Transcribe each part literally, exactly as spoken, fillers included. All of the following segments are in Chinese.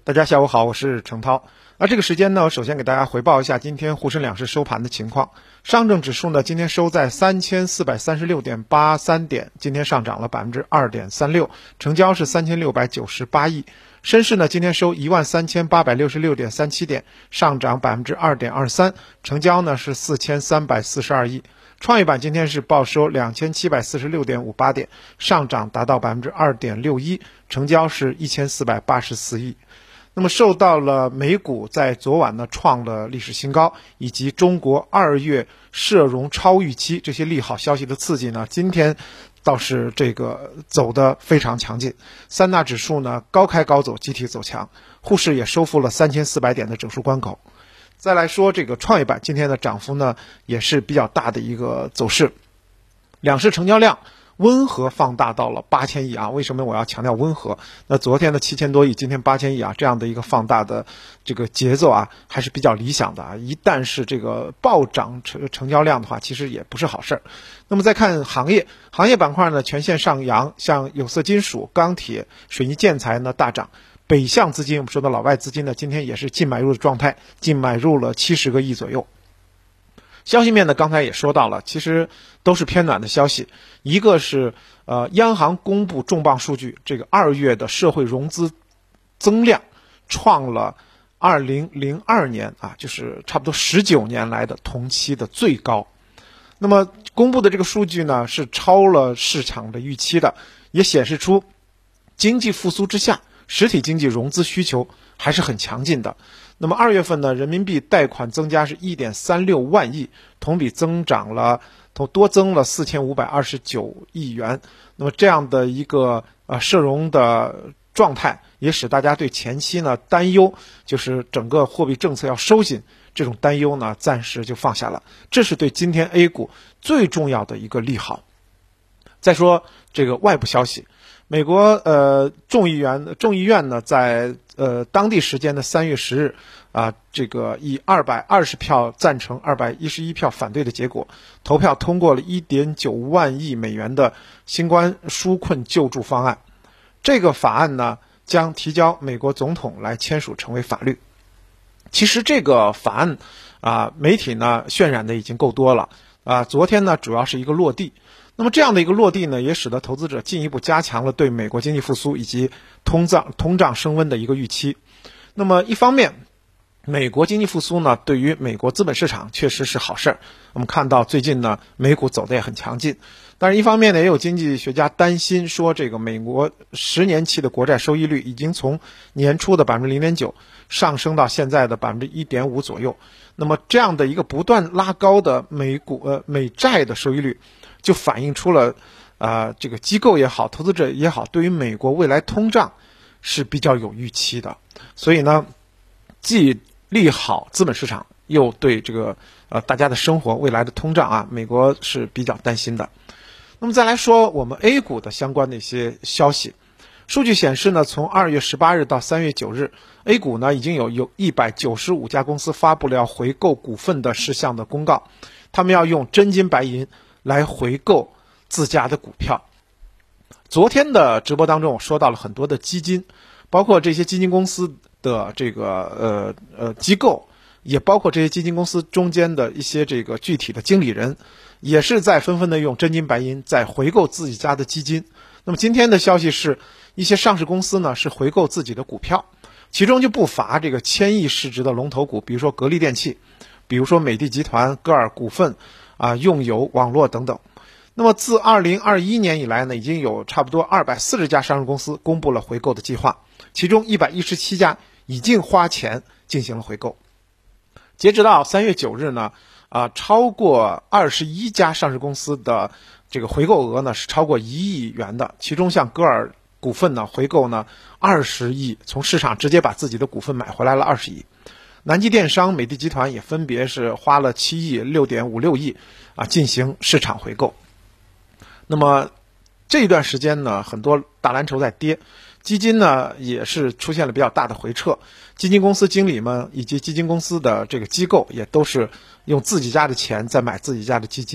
大家下午好，我是程涛。那这个时间呢，首先给大家回报一下今天沪深两市收盘的情况。上证指数呢，今天收在三千四百三十六点八三点，今天上涨了百分之二点三六，成交是三千六百九十八亿。深市呢，今天收一万三千八百六十六点三七点，上涨百分之二点二三，成交呢是四千三百四十二亿。创业板今天是报收两千七百四十六点五八点，上涨达到百分之二点六一，成交是一千四百八十四亿。那么受到了美股在昨晚呢创了历史新高，以及中国二月社融超预期这些利好消息的刺激呢，今天倒是这个走得非常强劲，三大指数呢高开高走，集体走强，沪市也收复了三千四百点的整数关口。再来说这个创业板今天的涨幅呢也是比较大的一个走势，两市成交量温和放大到了八千亿啊！为什么我要强调温和？那昨天的七千多亿，今天八千亿啊，这样的一个放大的这个节奏啊，还是比较理想的啊。一旦是这个暴涨成成交量的话，其实也不是好事儿。那么再看行业，行业板块呢全线上扬，像有色金属、钢铁、水泥建材呢大涨。北向资金，我们说的老外资金呢，今天也是净买入的状态，净买入了七十个亿左右。消息面呢，刚才也说到了，其实都是偏暖的消息。一个是呃，央行公布重磅数据，这个二月的社会融资增量创了二零零二年啊，就是差不多十九年来的同期的最高。那么公布的这个数据呢，是超了市场的预期的，也显示出经济复苏之下，实体经济融资需求还是很强劲的。那么二月份呢，人民币贷款增加是 一点三六万亿，同比增长了多增了四千五百二十九亿元。那么这样的一个呃社融的状态，也使大家对前期呢担忧，就是整个货币政策要收紧这种担忧呢暂时就放下了。这是对今天 A 股最重要的一个利好。再说这个外部消息，美国呃众议员众议院呢在呃当地时间的三月十日啊，这个以二百二十票赞成、二百一十一票反对的结果，投票通过了 一点九万亿美元的新冠纾困救助方案。这个法案呢将提交美国总统来签署成为法律。其实这个法案啊，媒体呢渲染的已经够多了啊，昨天呢主要是一个落地。那么这样的一个落地呢，也使得投资者进一步加强了对美国经济复苏以及通胀通胀升温的一个预期。那么一方面，美国经济复苏呢，对于美国资本市场确实是好事儿。我们看到最近呢，美股走得也很强劲。但是一方面呢，也有经济学家担心说，这个美国十年期的国债收益率已经从年初的百分之零点九上升到现在的百分之一点五左右。那么这样的一个不断拉高的美股呃美债的收益率，就反映出了啊、呃、这个机构也好，投资者也好，对于美国未来通胀是比较有预期的。所以呢，既利好资本市场，又对这个呃大家的生活未来的通胀啊，美国是比较担心的。那么再来说我们 A 股的相关的一些消息，数据显示呢，从二月十八日到三月九日 ，A 股呢已经有有一百九十五家公司发布了要回购股份的事项的公告，他们要用真金白银来回购自家的股票。昨天的直播当中，我说到了很多的基金，包括这些基金公司的这个呃呃机构，也包括这些基金公司中间的一些这个具体的经理人，也是在纷纷的用真金白银在回购自己家的基金。那么今天的消息是，一些上市公司呢是回购自己的股票，其中就不乏这个千亿市值的龙头股，比如说格力电器，比如说美的集团、歌尔股份啊、用友网络等等。那么自二零二一年以来呢，已经有差不多二百四十家上市公司公布了回购的计划，其中一百一十七家已经花钱进行了回购。截止到三月九日呢，啊，超过二十一家上市公司的这个回购额呢是超过一亿元的，其中像歌尔股份呢回购呢二十亿，从市场直接把自己的股份买回来了二十亿。南极电商、美的集团也分别是花了七亿、六点五六亿啊进行市场回购。那么这一段时间呢，很多大蓝筹在跌，基金呢也是出现了比较大的回撤，基金公司经理们以及基金公司的这个机构也都是用自己家的钱在买自己家的基金。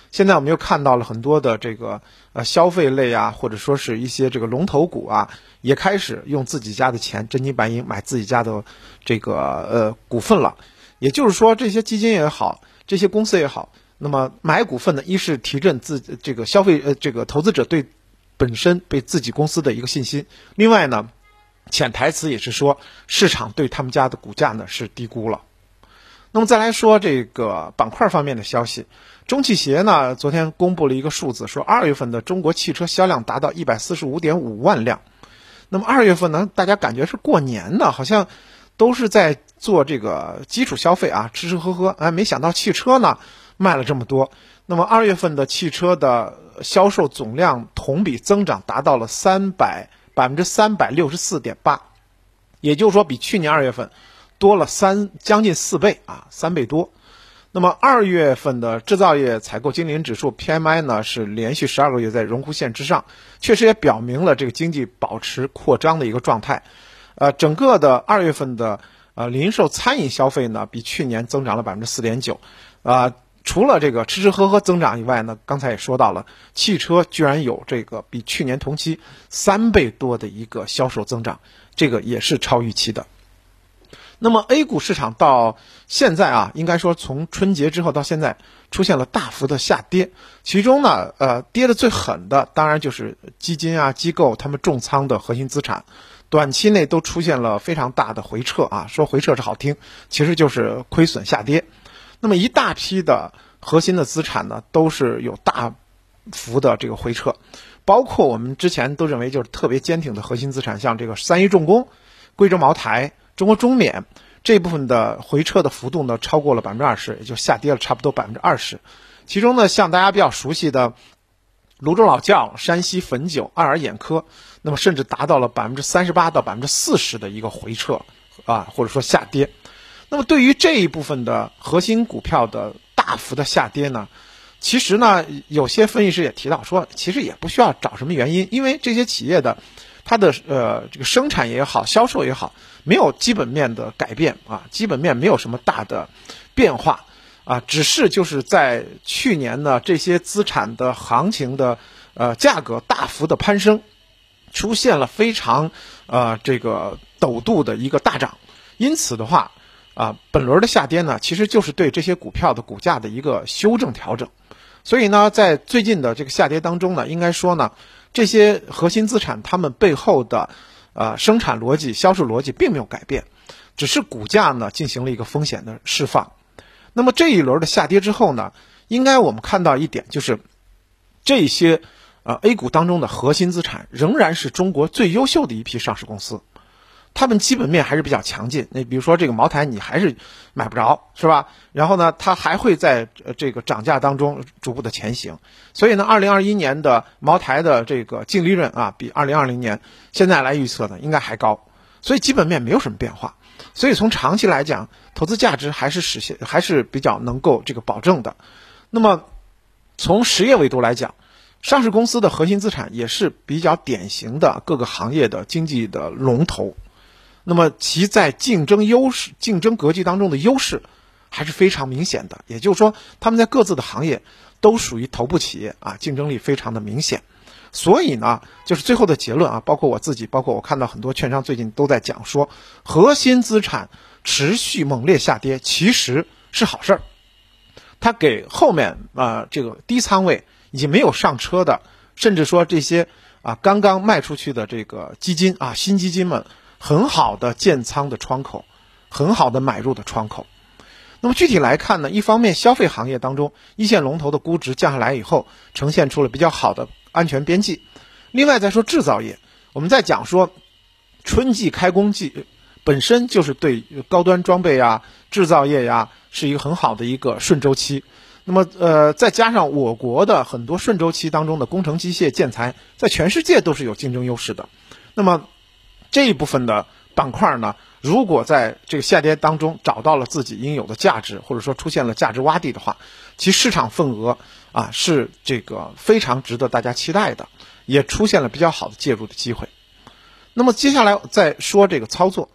现在我们又看到了很多的这个呃消费类啊，或者说是一些这个龙头股啊，也开始用自己家的钱真金白银买自己家的这个呃股份了。也就是说，这些基金也好，这些公司也好，那么买股份呢，一是提振自这个消费呃这个投资者对本身对自己公司的一个信心，另外呢，潜台词也是说市场对他们家的股价呢是低估了。那么再来说这个板块方面的消息，中汽协呢昨天公布了一个数字，说二月份的中国汽车销量达到 一百四十五点五万辆。那么二月份呢，大家感觉是过年的，好像都是在做这个基础消费啊，吃吃喝喝，哎，没想到汽车呢卖了这么多。那么二月份的汽车的销售总量同比增长达到了三百百分之三百六十四点八，也就是说比去年二月份多了三将近四倍啊，三倍多。那么二月份的制造业采购经理人指数 P M I 呢是连续十二个月在荣枯线之上，确实也表明了这个经济保持扩张的一个状态。呃，整个的二月份的呃零售餐饮消费呢比去年增长了 百分之四点九， 啊。除了这个吃吃喝喝增长以外呢，刚才也说到了，汽车居然有这个比去年同期三倍多的一个销售增长，这个也是超预期的。那么 A 股市场到现在啊，应该说从春节之后到现在出现了大幅的下跌，其中呢，呃，跌的最狠的当然就是基金啊、机构他们重仓的核心资产，短期内都出现了非常大的回撤啊，说回撤是好听，其实就是亏损下跌。那么一大批的核心的资产呢，都是有大幅的这个回撤，包括我们之前都认为就是特别坚挺的核心资产，像这个三一重工、贵州茅台、中国中免这部分的回撤的幅度呢，超过了百分之二十，也就下跌了差不多百分之二十。其中呢，像大家比较熟悉的泸州老窖、山西汾酒、爱尔眼科，那么甚至达到了百分之三十八到百分之四十的一个回撤啊，或者说下跌。那么对于这一部分的核心股票的大幅的下跌呢，其实呢，有些分析师也提到说，其实也不需要找什么原因，因为这些企业的它的呃这个生产也好，销售也好，没有基本面的改变啊，基本面没有什么大的变化啊，只是就是在去年呢，这些资产的行情的呃价格大幅的攀升，出现了非常呃这个陡度的一个大涨，因此的话。啊，本轮的下跌呢，其实就是对这些股票的股价的一个修正调整。所以呢，在最近的这个下跌当中呢，应该说呢，这些核心资产它们背后的呃生产逻辑、销售逻辑并没有改变，只是股价呢进行了一个风险的释放。那么这一轮的下跌之后呢，应该我们看到一点就是，这些呃 A 股当中的核心资产仍然是中国最优秀的一批上市公司。他们基本面还是比较强劲，那比如说这个茅台你还是买不着，是吧？然后呢，它还会在这个涨价当中逐步的前行。所以呢，二零二一年的茅台的这个净利润啊，比二零二零年现在来预测呢应该还高。所以基本面没有什么变化。所以从长期来讲，投资价值还是实现还是比较能够这个保证的。那么从实业维度来讲，上市公司的核心资产也是比较典型的各个行业的经济的龙头。那么其在竞争优势、竞争格局当中的优势还是非常明显的，也就是说，他们在各自的行业都属于头部企业啊，竞争力非常的明显。所以呢，就是最后的结论啊，包括我自己，包括我看到很多券商最近都在讲说，核心资产持续猛烈下跌其实是好事儿，它给后面啊、呃、这个低仓位以及没有上车的，甚至说这些啊刚刚卖出去的这个基金啊新基金们。很好的建仓的窗口，很好的买入的窗口。那么具体来看呢，一方面消费行业当中一线龙头的估值降下来以后，呈现出了比较好的安全边际。另外再说制造业，我们在讲说春季开工季本身就是对高端装备呀、制造业呀是一个很好的一个顺周期。那么呃，再加上我国的很多顺周期当中的工程机械建材，在全世界都是有竞争优势的。那么这一部分的板块呢，如果在这个下跌当中找到了自己应有的价值，或者说出现了价值洼地的话，其市场份额啊是这个非常值得大家期待的，也出现了比较好的介入的机会。那么接下来再说这个操作，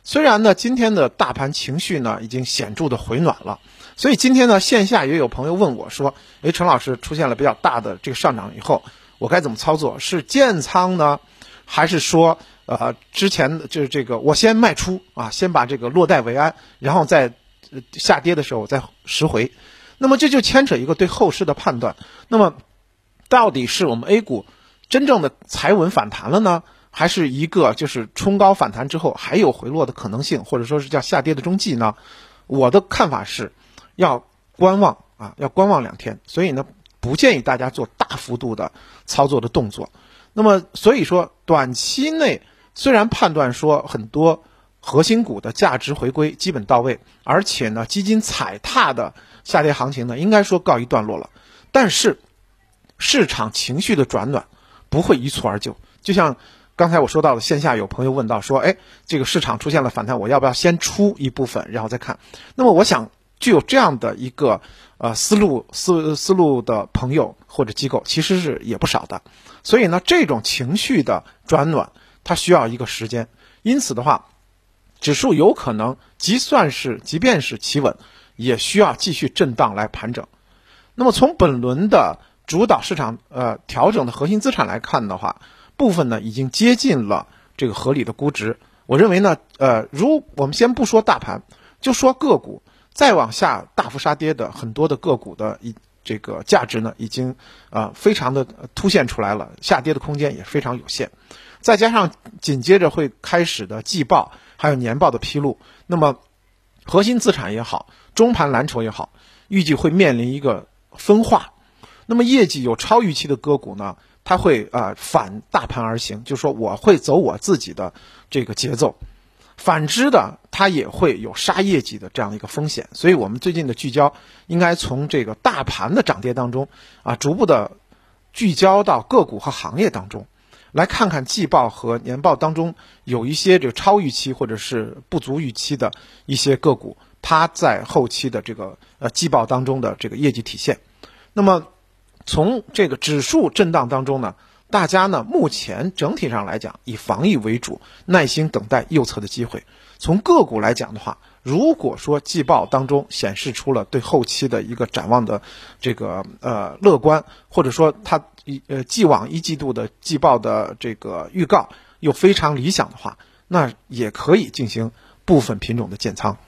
虽然呢今天的大盘情绪呢已经显著的回暖了，所以今天呢线下也有朋友问我说，诶，陈老师，出现了比较大的这个上涨以后，我该怎么操作？是建仓呢，还是说呃之前的就是这个我先卖出啊，先把这个落袋为安，然后在下跌的时候再拾回？那么这就牵扯一个对后市的判断。那么到底是我们 A 股真正的踩稳反弹了呢，还是一个就是冲高反弹之后还有回落的可能性，或者说是叫下跌的中继呢？我的看法是要观望啊，要观望两天，所以呢不建议大家做大幅度的操作的动作。那么所以说短期内虽然判断说很多核心股的价值回归基本到位，而且呢基金踩踏的下跌行情呢应该说告一段落了，但是市场情绪的转暖不会一蹴而就。就像刚才我说到的，线下有朋友问到说，哎，这个市场出现了反弹，我要不要先出一部分然后再看？那么我想具有这样的一个呃思路思思路的朋友或者机构其实是也不少的。所以呢这种情绪的转暖它需要一个时间，因此的话指数有可能即算是即便是企稳也需要继续震荡来盘整。那么从本轮的主导市场呃调整的核心资产来看的话，部分呢已经接近了这个合理的估值。我认为呢呃如我们先不说大盘，就说个股，再往下大幅杀跌的很多的个股的一这个价值呢已经呃非常的凸显出来了，下跌的空间也非常有限。再加上紧接着会开始的季报还有年报的披露，那么核心资产也好，中盘蓝筹也好，预计会面临一个分化。那么业绩有超预期的个股呢，它会呃反大盘而行，就是说我会走我自己的这个节奏。反之的，它也会有杀业绩的这样的一个风险。所以我们最近的聚焦应该从这个大盘的涨跌当中啊，逐步的聚焦到个股和行业当中，来看看季报和年报当中有一些这个超预期或者是不足预期的一些个股，它在后期的这个呃季报当中的这个业绩体现。那么从这个指数震荡当中呢，大家呢目前整体上来讲以防疫为主，耐心等待右侧的机会。从个股来讲的话，如果说季报当中显示出了对后期的一个展望的这个呃乐观，或者说它呃既往一季度的季报的这个预告又非常理想的话，那也可以进行部分品种的建仓。